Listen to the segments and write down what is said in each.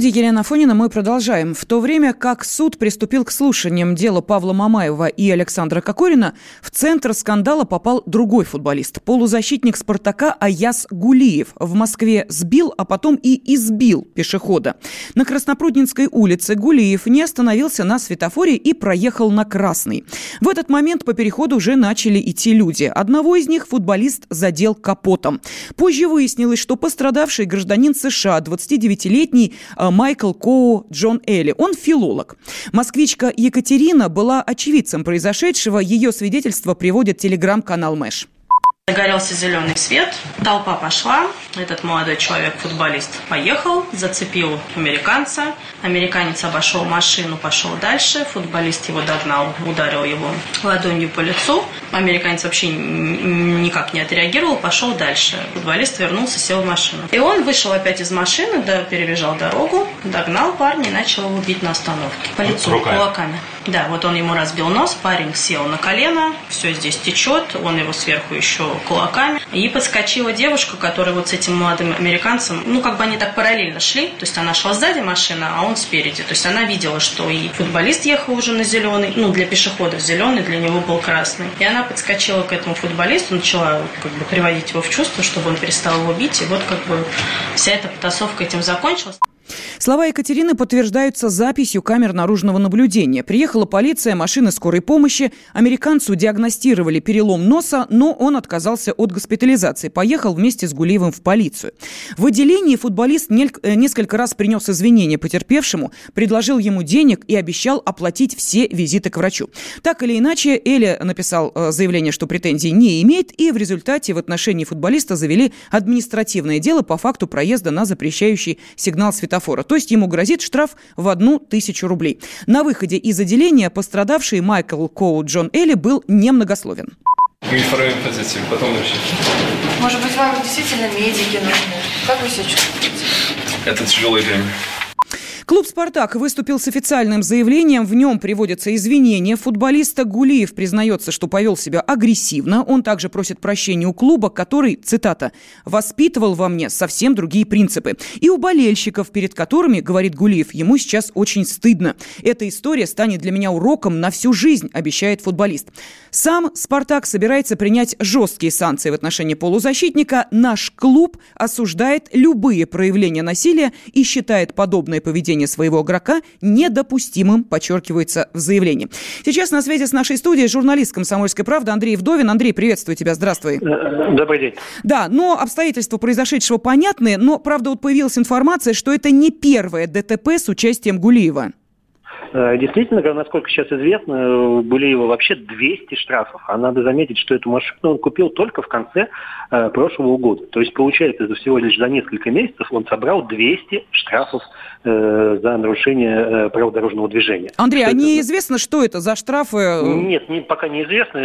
студии Елена Афонина мы продолжаем. В то время как суд приступил к слушаниям дела Павла Мамаева и Александра Кокорина, в центр скандала попал другой футболист. Полузащитник «Спартака» Аяз Гулиев в Москве сбил, а потом и избил пешехода. На Краснопруднинской улице Гулиев не остановился на светофоре и проехал на красный. В этот момент по переходу уже начали идти люди. Одного из них футболист задел капотом. Позже выяснилось, что пострадавший гражданин США, 29-летний Майкл Коу Джон Элли. Он филолог. Москвичка Екатерина была очевидцем произошедшего. Ее свидетельство приводит телеграм-канал Мэш. Загорелся зеленый свет, толпа пошла, этот молодой человек, футболист, поехал, зацепил американца, американец обошел машину, пошел дальше, футболист его догнал, ударил его ладонью по лицу, американец вообще никак не отреагировал, пошел дальше, футболист вернулся, сел в машину. И он вышел опять из машины, перебежал дорогу, догнал парня и начал его бить на остановке, по лицу, кулаками. Да, вот он ему разбил нос, парень сел на колено, все здесь течет, он его сверху еще кулаками. И подскочила девушка, которая вот с этим молодым американцем, они так параллельно шли, то есть она шла сзади машины, а он спереди. То есть она видела, что и футболист ехал уже на зеленый, для пешеходов зеленый, для него был красный. И она подскочила к этому футболисту, начала приводить его в чувство, чтобы он перестал его бить, и вся эта потасовка этим закончилась. Слова Екатерины подтверждаются записью камер наружного наблюдения. Приехала полиция, машины скорой помощи. Американцу диагностировали перелом носа, но он отказался от госпитализации. Поехал вместе с Гулиевым в полицию. В отделении футболист несколько раз принес извинения потерпевшему, предложил ему денег и обещал оплатить все визиты к врачу. Так или иначе, Эля написал заявление, что претензий не имеет, и в результате в отношении футболиста завели административное дело по факту проезда на запрещающий сигнал светофора. То есть ему грозит штраф в 1000 рублей. На выходе из отделения пострадавший Майкл Коу Джон Элли был немногословен. Потом решить. Может быть, вам действительно медики нужны? Как вы себя чувствуете? Это тяжелое время. Клуб «Спартак» выступил с официальным заявлением. В нем приводятся извинения футболиста. Гулиев признается, что повел себя агрессивно. Он также просит прощения у клуба, который, цитата, «воспитывал во мне совсем другие принципы». И у болельщиков, перед которыми, говорит Гулиев, ему сейчас очень стыдно. Эта история станет для меня уроком на всю жизнь, обещает футболист. Сам «Спартак» собирается принять жесткие санкции в отношении полузащитника. Наш клуб осуждает любые проявления насилия и считает подобное поведение своего игрока недопустимым, подчеркивается в заявлении. Сейчас на связи с нашей студией журналист «Комсомольской правды» Андрей Вдовин. Андрей, приветствую тебя, здравствуй. Добрый день. Да, но обстоятельства произошедшего понятны, но, правда, появилась информация, что это не первое ДТП с участием Гулиева. Действительно, насколько сейчас известно, были его вообще 200 штрафов. А надо заметить, что эту машину он купил только в конце прошлого года. То есть, получается, всего лишь за несколько месяцев он собрал 200 штрафов за нарушение правил дорожного движения. Андрей, неизвестно, что это за штрафы? Нет, пока неизвестно.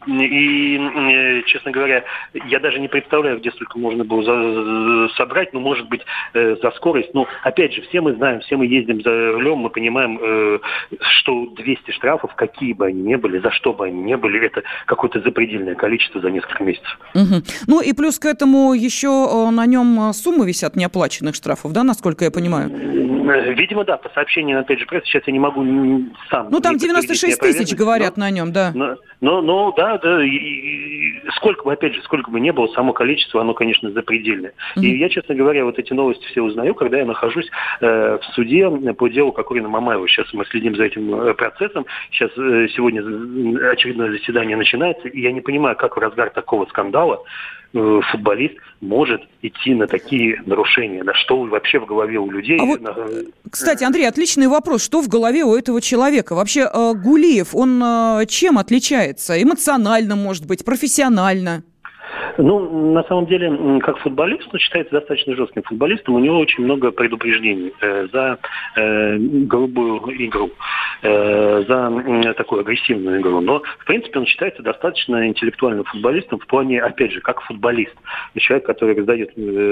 И, честно говоря, я даже не представляю, где столько можно было собрать. Может быть, за скорость. Но, опять же, все мы знаем, все мы ездим за рулем, мы понимаем, что 200 штрафов, какие бы они ни были, за что бы они ни были, это какое-то запредельное количество за несколько месяцев. Угу. И плюс к этому еще на нем суммы висят неоплаченных штрафов, да, насколько я понимаю? Видимо, да, по сообщениям, опять же, прессы, сейчас я не могу сам... там 96 тысяч говорят на нем, да. Да, и сколько бы ни было, само количество, оно, конечно, запредельное. И я, честно говоря, эти новости все узнаю, когда я нахожусь в суде по делу Кокорина Мамаева. Сейчас мы следим за этим процессом. Сейчас сегодня очередное заседание начинается, и я не понимаю, как в разгар такого скандала футболист может идти на такие нарушения. На что вообще в голове у людей? Кстати, Андрей, отличный вопрос. Что в голове у этого человека? Вообще Гулиев, он чем отличается? Эмоционально, может быть, профессионально? На самом деле, как футболист, он считается достаточно жестким футболистом. У него очень много предупреждений за грубую игру, за такую агрессивную игру. Но, в принципе, он считается достаточно интеллектуальным футболистом в плане, опять же, как футболист. Человек, который раздает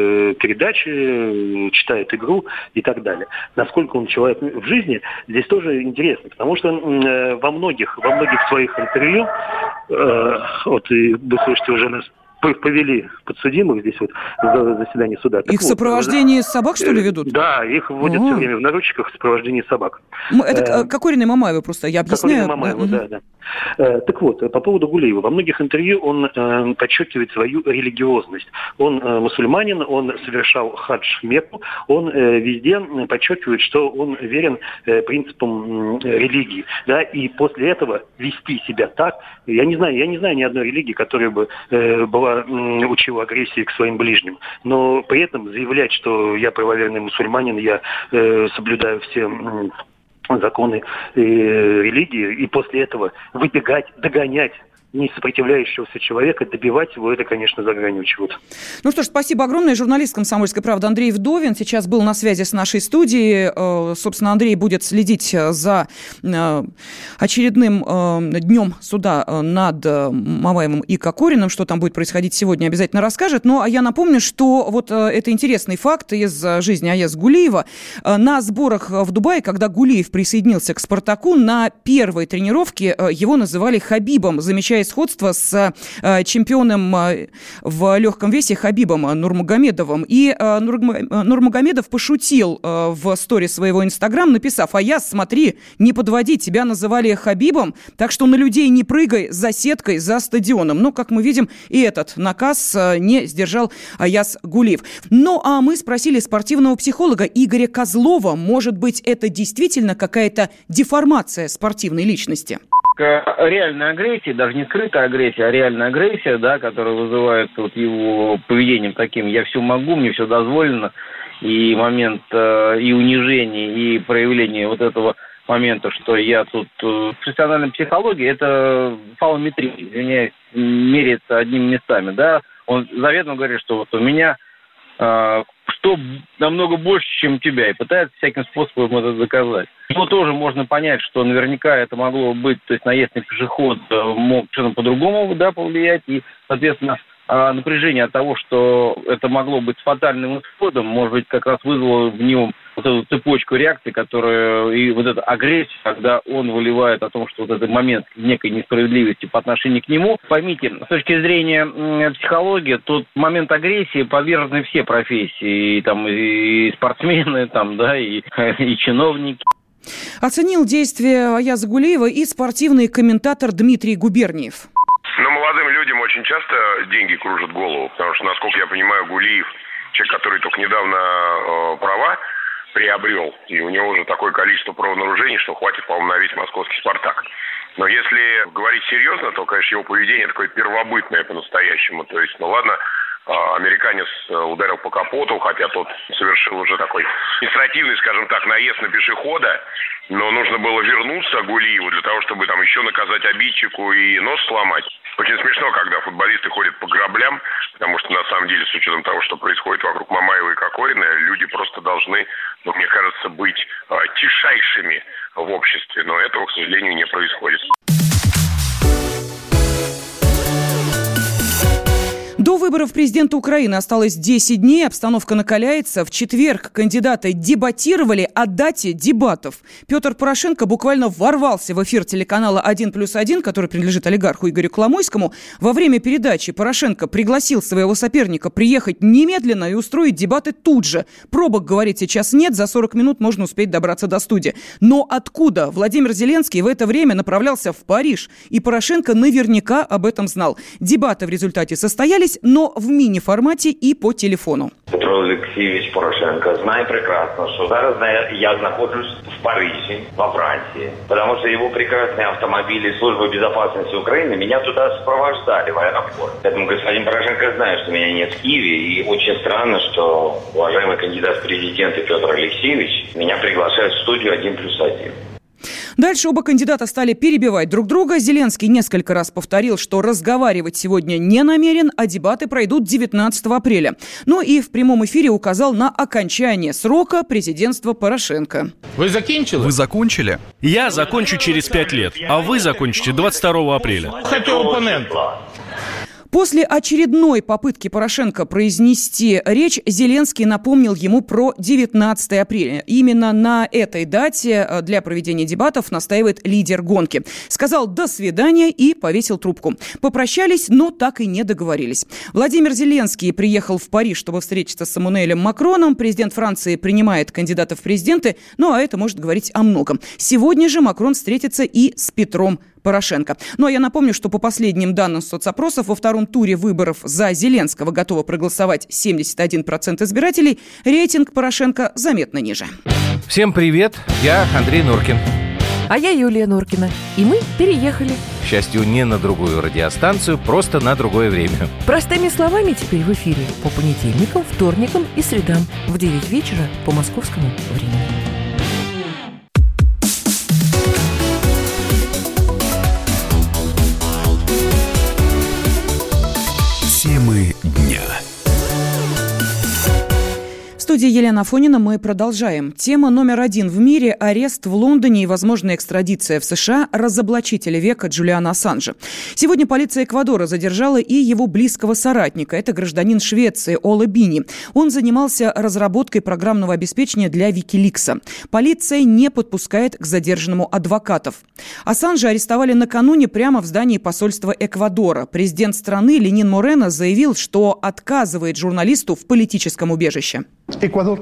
передачи, читает игру и так далее. Насколько он человек в жизни, здесь тоже интересно, потому что во многих своих интервью, и вы слышите уже нас повели подсудимых здесь вот в заседании суда. Их в сопровождении собак, что ли, ведут? Да, их вводят все время в наручниках в сопровождении собак. Это Кокорина и Мамаева просто, я объясняю. Кокорина и Мамаева, да. Так вот, по поводу Гулиева. Во многих интервью он подчеркивает свою религиозность. Он мусульманин, он совершал хадж в Мекку, он везде подчеркивает, что он верен принципам религии. Да, и после этого вести себя так, я не знаю ни одной религии, которая бы учила агрессии к своим ближним. Но при этом заявлять, что я правоверный мусульманин, я соблюдаю все законы религии, и после этого выбегать, догонять не сопротивляющегося человека, добивать его, это, конечно, за гранью чего-то. Ну что ж, спасибо огромное. Журналист «Комсомольской правды» Андрей Вдовин сейчас был на связи с нашей студией. Собственно, Андрей будет следить за очередным днем суда над Мамаевым и Кокориным. Что там будет происходить сегодня, обязательно расскажет. Ну, а я напомню, что вот это интересный факт из жизни Аяза Гулиева. На сборах в Дубае, когда Гулиев присоединился к «Спартаку», на первой тренировке его называли Хабибом, замечая сходство с чемпионом в легком весе Хабибом Нурмагомедовым. И Нурмагомедов пошутил в сторе своего Инстаграм, написав: «Аяз, смотри, не подводи, тебя называли Хабибом, так что на людей не прыгай за сеткой, за стадионом». Но, как мы видим, и этот наказ не сдержал Аяз Гулиев. Ну, а мы спросили спортивного психолога Игоря Козлова, может быть, это действительно какая-то деформация спортивной личности? Реальная агрессия, даже не скрытая агрессия, а реальная агрессия, да, которая вызывает вот его поведением таким: я все могу, мне все дозволено, и момент и унижения, и проявления вот этого момента, что я тут в профессиональной психологии, это фалометрия, извиняюсь, меряется одними местами, да, он заведомо говорит, что вот у меня что намного больше, чем у тебя, и пытается всяким способом это доказать. Но тоже можно понять, что наверняка это могло быть, то есть наездный пешеход мог что-то по-другому, да, повлиять, и, соответственно, напряжение от того, что это могло быть фатальным исходом, может быть, как раз вызвало в нем вот эту цепочку реакций, которая, и вот эта агрессия, когда он выливает о том, что вот этот момент некой несправедливости по отношению к нему. Поймите, с точки зрения психологии, тот момент агрессии подвержены все профессии, и спортсмены, да, и чиновники. Оценил действия Аяза Гулиева и спортивный комментатор Дмитрий Губерниев. Но молодым людям очень часто деньги кружат голову, потому что, насколько я понимаю, Гулиев, человек, который только недавно права приобрел, и у него уже такое количество правонарушений, что хватит, по-моему, на весь московский «Спартак». Но если говорить серьезно, то, конечно, его поведение такое первобытное по-настоящему. То есть, ну ладно, американец ударил по капоту, хотя тот совершил уже такой административный, скажем так, наезд на пешехода, но нужно было вернуться Гулиеву для того, чтобы там еще наказать обидчику и нос сломать. Очень смешно, когда футболисты ходят по граблям, потому что, на самом деле, с учетом того, что происходит вокруг Мамаева и Кокорина, люди просто должны, мне кажется, быть тишайшими в обществе, но этого, к сожалению, не происходит. До выборов президента Украины осталось 10 дней, обстановка накаляется. В четверг кандидаты дебатировали о дате дебатов. Петр Порошенко буквально ворвался в эфир телеканала «1+1», который принадлежит олигарху Игорю Коломойскому. Во время передачи Порошенко пригласил своего соперника приехать немедленно и устроить дебаты тут же. Пробок, говорит, сейчас нет, за 40 минут можно успеть добраться до студии. Но откуда? Владимир Зеленский в это время направлялся в Париж, и Порошенко наверняка об этом знал. Дебаты в результате состоялись, но в мини-формате и по телефону. Петро Олексійович Порошенко знает прекрасно, что зараз я нахожусь в Париже, во Франции, потому что его прекрасные автомобили службы безопасности Украины меня туда сопровождали в аэропорт. Поэтому господин Порошенко знает, что меня нет в Киеве, и очень странно, что уважаемый кандидат в президенты Петр Алексеевич меня приглашает в студию 1+1. Дальше оба кандидата стали перебивать друг друга. Зеленский несколько раз повторил, что разговаривать сегодня не намерен, а дебаты пройдут 19 апреля. Ну и в прямом эфире указал на окончание срока президентства Порошенко. Вы закончили? Вы закончили? Я закончу через 5 лет, а вы закончите 22 апреля. Хотел оппонент. После очередной попытки Порошенко произнести речь, Зеленский напомнил ему про 19 апреля. Именно на этой дате для проведения дебатов настаивает лидер гонки. Сказал «до свидания» и повесил трубку. Попрощались, но так и не договорились. Владимир Зеленский приехал в Париж, чтобы встретиться с Эммануэлем Макроном. Президент Франции принимает кандидатов в президенты, ну а это может говорить о многом. Сегодня же Макрон встретится и с Петром Порошенко. Ну а я напомню, что по последним данным соцопросов во втором туре выборов за Зеленского готово проголосовать 71% избирателей. Рейтинг Порошенко заметно ниже. Всем привет, я Андрей Норкин. А я Юлия Норкина. И мы переехали. К счастью, не на другую радиостанцию, просто на другое время. Простыми словами теперь в эфире по понедельникам, вторникам и средам в 9 вечера по московскому времени. Темы дня. В студии Елена Афонина мы продолжаем. Тема номер 1 в мире – арест в Лондоне и возможная экстрадиция в США разоблачителя века Джулиана Ассанжа. Сегодня полиция Эквадора задержала и его близкого соратника. Это гражданин Швеции Ола Бини. Он занимался разработкой программного обеспечения для Викиликса. Полиция не подпускает к задержанному адвокатов. Ассанжа арестовали накануне прямо в здании посольства Эквадора. Президент страны Ленин Морено заявил, что отказывает журналисту в политическом убежище. Эквадор –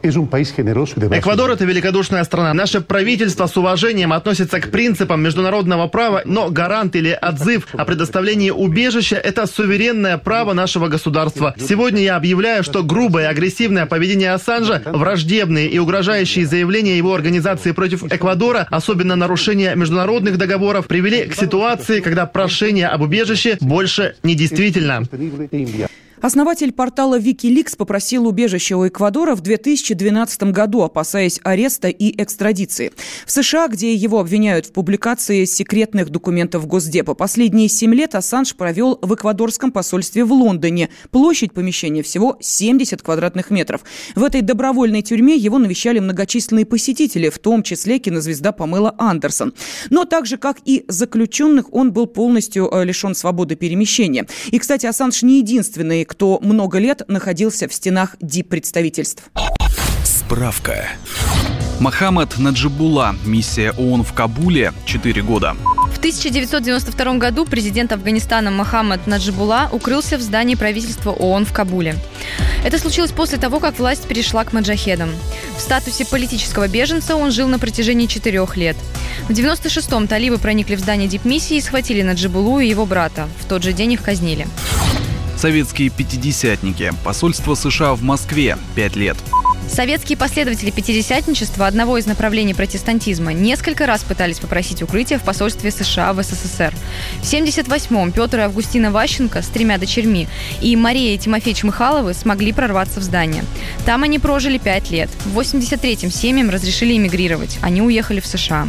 это великодушная страна. Наше правительство с уважением относится к принципам международного права, но гарант или отзыв о предоставлении убежища – это суверенное право нашего государства. Сегодня я объявляю, что грубое и агрессивное поведение Ассанжа, враждебные и угрожающие заявления его организации против Эквадора, особенно нарушение международных договоров, привели к ситуации, когда прошение об убежище больше не действительно. Основатель портала Wikileaks попросил убежище у Эквадора в 2012 году, опасаясь ареста и экстрадиции. В США, где его обвиняют в публикации секретных документов Госдепа, последние 7 лет Ассанж провел в эквадорском посольстве в Лондоне. Площадь помещения всего 70 квадратных метров. В этой добровольной тюрьме его навещали многочисленные посетители, в том числе кинозвезда Памела Андерсон. Но так же, как и заключенных, он был полностью лишен свободы перемещения. И, кстати, Ассанж не единственный, кто много лет находился в стенах диппредставительств. Справка. Мохаммед Наджибулла. Миссия ООН в Кабуле 4 года. В 1992 году президент Афганистана Мохаммед Наджибулла укрылся в здании правительства ООН в Кабуле. Это случилось после того, как власть перешла к маджахедам. В статусе политического беженца он жил на протяжении 4 лет. В 1996-м талибы проникли в здание дипмиссии и схватили Наджибуллу и его брата. В тот же день их казнили. Советские пятидесятники. Посольство США в Москве 5 лет. Советские последователи пятидесятничества, одного из направлений протестантизма, несколько раз пытались попросить укрытие в посольстве США в СССР. В 1978-м Петр и Августина Ващенко с 3 дочерьми и Мария и Тимофей Чмыхаловы смогли прорваться в здание. Там они прожили 5 лет. В 1983-м семьям разрешили эмигрировать. Они уехали в США.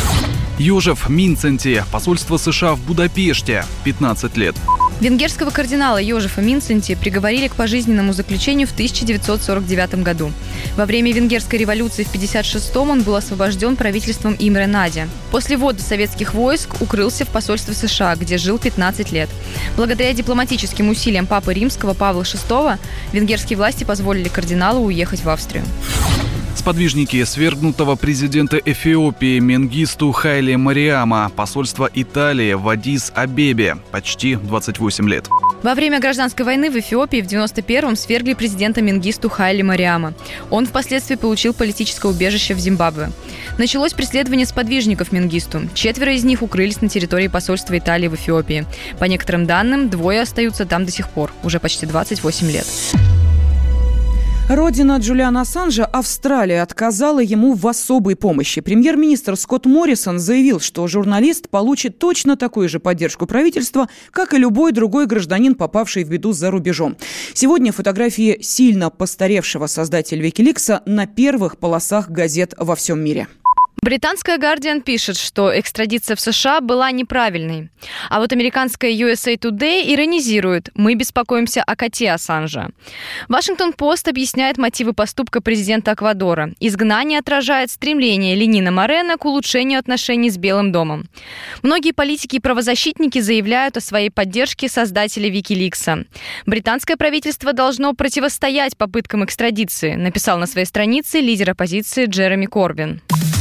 Йожеф Минценти. Посольство США в Будапеште 15 лет. Венгерского кардинала Йожефа Минценти приговорили к пожизненному заключению в 1949 году. Во время Венгерской революции в 1956-м он был освобожден правительством Имре Нади. После ввода советских войск укрылся в посольстве США, где жил 15 лет. Благодаря дипломатическим усилиям Папы Римского Павла VI венгерские власти позволили кардиналу уехать в Австрию. Сподвижники свергнутого президента Эфиопии Менгисту Хайле Мариама. Посольство Италии в Аддис-Абебе. Почти 28 лет. Во время гражданской войны в Эфиопии в 1991-м свергли президента Менгисту Хайле Мариама. Он впоследствии получил политическое убежище в Зимбабве. Началось преследование сподвижников Менгисту. 4 из них укрылись на территории посольства Италии в Эфиопии. По некоторым данным, 2 остаются там до сих пор, уже почти 28 лет. Родина Джулиана Ассанжа, Австралия, отказала ему в особой помощи. Премьер-министр Скотт Моррисон заявил, что журналист получит точно такую же поддержку правительства, как и любой другой гражданин, попавший в беду за рубежом. Сегодня фотографии сильно постаревшего создателя Викиликса на первых полосах газет во всем мире. Британская «Гардиан» пишет, что экстрадиция в США была неправильной. А вот американская USA Today иронизирует: «Мы беспокоимся о коте Ассанжа». «Вашингтон-Пост» объясняет мотивы поступка президента Эквадора. Изгнание отражает стремление Ленина Морено к улучшению отношений с Белым домом. Многие политики и правозащитники заявляют о своей поддержке создателя Викиликса. Британское правительство должно противостоять попыткам экстрадиции, написал на своей странице лидер оппозиции Джереми Корбин.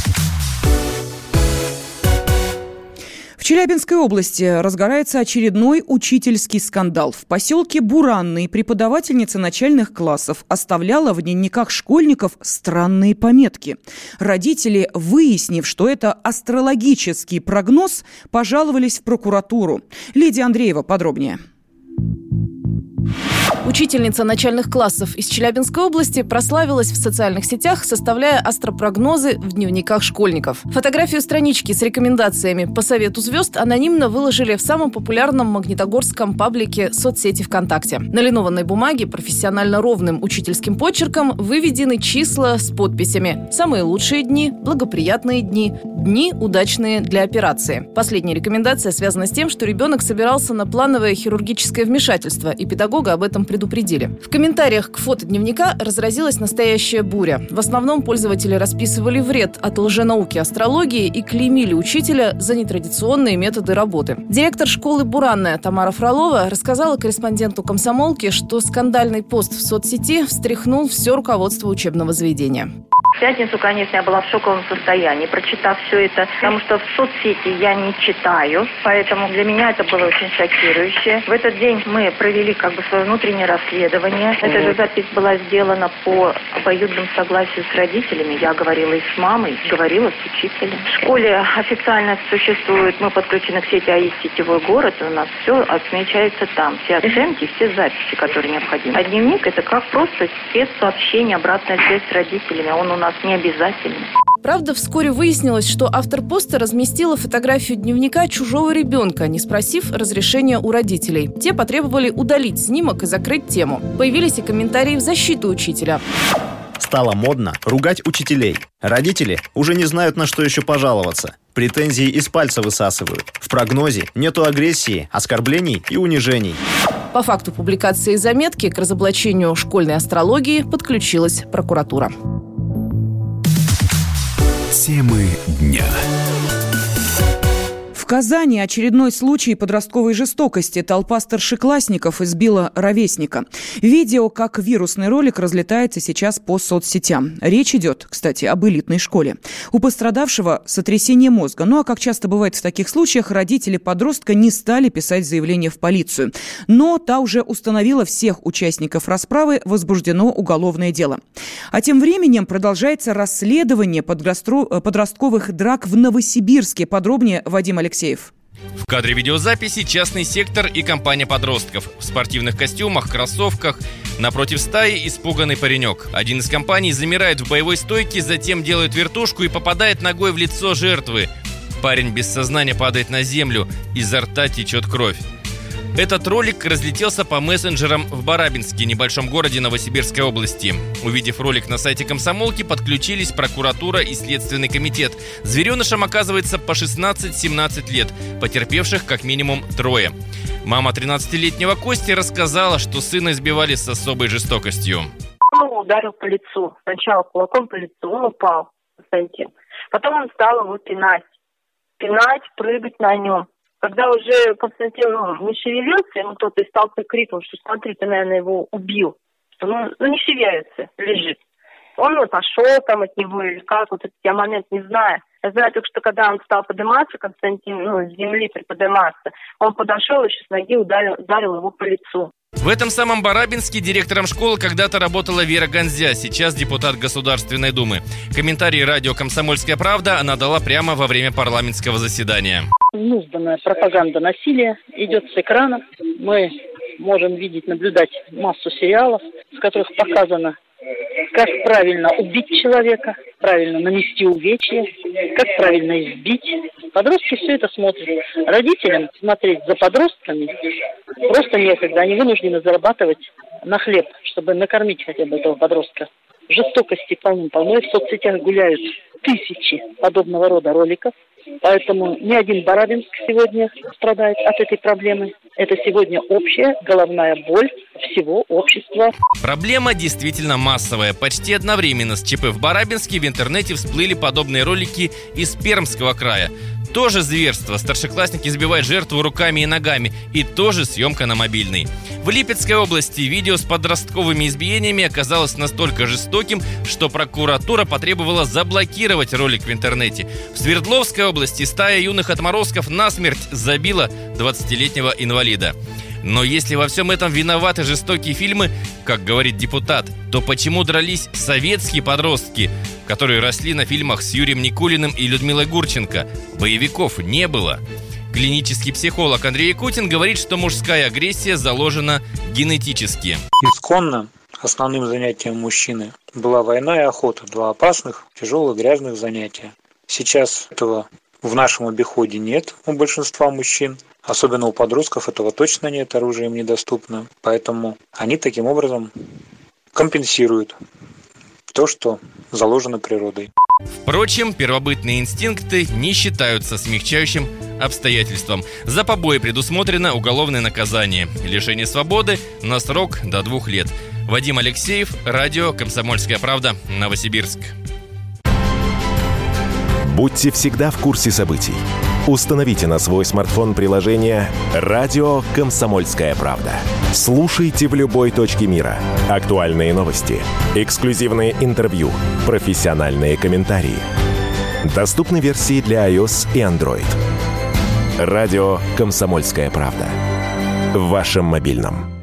В Челябинской области разгорается очередной учительский скандал. В поселке Буранный преподавательница начальных классов оставляла в дневниках школьников странные пометки. Родители, выяснив, что это астрологический прогноз, пожаловались в прокуратуру. Лидия Андреева подробнее. Учительница начальных классов из Челябинской области прославилась в социальных сетях, составляя астропрогнозы в дневниках школьников. Фотографию странички с рекомендациями по совету звезд анонимно выложили в самом популярном магнитогорском паблике соцсети ВКонтакте. На линованной бумаге профессионально ровным учительским почерком выведены числа с подписями: «Самые лучшие дни», «Благоприятные дни», «Дни, удачные для операции». Последняя рекомендация связана с тем, что ребенок собирался на плановое хирургическое вмешательство, и педагога об этом предупредили. В комментариях к фото дневника разразилась настоящая буря. В основном пользователи расписывали вред от лженауки астрологии и клеймили учителя за нетрадиционные методы работы. Директор школы «Буранная» Тамара Фролова рассказала корреспонденту «Комсомолки», что скандальный пост в соцсети встряхнул все руководство учебного заведения. В пятницу, конечно, я была в шоковом состоянии, прочитав все это, потому что в соцсети я не читаю, поэтому для меня это было очень шокирующе. В этот день мы провели свое внутреннее расследование. Эта же запись была сделана по обоюдному согласию с родителями. Я говорила и с мамой, говорила с учителем. В школе официально существует, мы подключены к сети АИС «Сетевой город», и у нас все отмечается там. Все оценки, все записи, которые необходимы. А дневник – это как просто средство общения, обратная связь с родителями. Он у нас не обязательно. Правда, вскоре выяснилось, что автор поста разместила фотографию дневника чужого ребенка, не спросив разрешения у родителей. Те потребовали удалить снимок и закрыть тему. Появились и комментарии в защиту учителя. Стало модно ругать учителей. Родители уже не знают, на что еще пожаловаться. Претензии из пальца высасывают. В прогнозе нету агрессии, оскорблений и унижений. По факту публикации заметки к разоблачению школьной астрологии подключилась прокуратура. Темы дня. В Казани очередной случай подростковой жестокости. Толпа старшеклассников избила ровесника. Видео, как вирусный ролик, разлетается сейчас по соцсетям. Речь идет, кстати, об элитной школе. У пострадавшего сотрясение мозга. Ну а как часто бывает в таких случаях, родители подростка не стали писать заявление в полицию. Но та уже установила всех участников расправы, возбуждено уголовное дело. А тем временем продолжается расследование подростковых драк в Новосибирске. Подробнее Вадим Алексеев. В кадре видеозаписи частный сектор и компания подростков. В спортивных костюмах, кроссовках. Напротив стаи испуганный паренек. Один из компаний замирает в боевой стойке, затем делает вертушку и попадает ногой в лицо жертвы. Парень без сознания падает на землю, изо рта течет кровь. Этот ролик разлетелся по мессенджерам в Барабинске, небольшом городе Новосибирской области. Увидев ролик на сайте «Комсомолки», подключились прокуратура и Следственный комитет. Зверенышам оказывается по 16-17 лет, потерпевших как минимум 3. Мама 13-летнего Кости рассказала, что сына избивали с особой жестокостью. Он ударил по лицу. Сначала кулаком по лицу, он упал, Константин. Потом он стал его пинать, прыгать на нем. Когда уже Константин не шевелился, ему кто-то из толпы крикнул, что смотри, ты, наверное, его убил. Не шевелится, лежит. Он пошел там от него или как, я момент не знаю. Я знаю только, что когда он стал подниматься, Константин, с земли приподниматься, он подошел и еще с ноги ударил его по лицу. В этом самом Барабинске директором школы когда-то работала Вера Ганзя, сейчас депутат Государственной Думы. Комментарии радио «Комсомольская правда» она дала прямо во время парламентского заседания. Нужная пропаганда насилия идет с экранов. Мы можем наблюдать массу сериалов, в которых показано, как правильно убить человека, правильно нанести увечья, как правильно избить. Подростки все это смотрят. Родителям смотреть за подростками просто некогда. Они вынуждены зарабатывать на хлеб, чтобы накормить хотя бы этого подростка. Жестокости полным-полно, в соцсетях гуляют тысячи подобного рода роликов. Поэтому ни один Барабинск сегодня страдает от этой проблемы. Это сегодня общая головная боль всего общества. Проблема действительно массовая. Почти одновременно с ЧП в Барабинске в интернете всплыли подобные ролики из Пермского края. Тоже зверство. Старшеклассник избивает жертву руками и ногами. И тоже съемка на мобильный. В Липецкой области видео с подростковыми избиениями оказалось настолько жестоким, что прокуратура потребовала заблокировать ролик в интернете. В Свердловской области стая юных отморозков насмерть забила 20-летнего инвалида. Но если во всем этом виноваты жестокие фильмы, как говорит депутат, то почему дрались советские подростки, которые росли на фильмах с Юрием Никулиным и Людмилой Гурченко? Боевиков не было. Клинический психолог Андрей Якутин говорит, что мужская агрессия заложена генетически. Исконно основным занятием мужчины была война и охота. Два опасных, тяжелых, грязных занятия. Сейчас этого в нашем обиходе нет у большинства мужчин. Особенно у подростков этого точно нет, оружие им недоступно. Поэтому они таким образом компенсируют то, что заложено природой. Впрочем, первобытные инстинкты не считаются смягчающим обстоятельством. За побои предусмотрено уголовное наказание. Лишение свободы на срок до 2 лет. Вадим Алексеев, радио «Комсомольская правда», Новосибирск. Будьте всегда в курсе событий. Установите на свой смартфон приложение «Радио Комсомольская правда». Слушайте в любой точке мира. Актуальные новости, эксклюзивные интервью, профессиональные комментарии. Доступны версии для iOS и Android. «Радио Комсомольская правда». В вашем мобильном.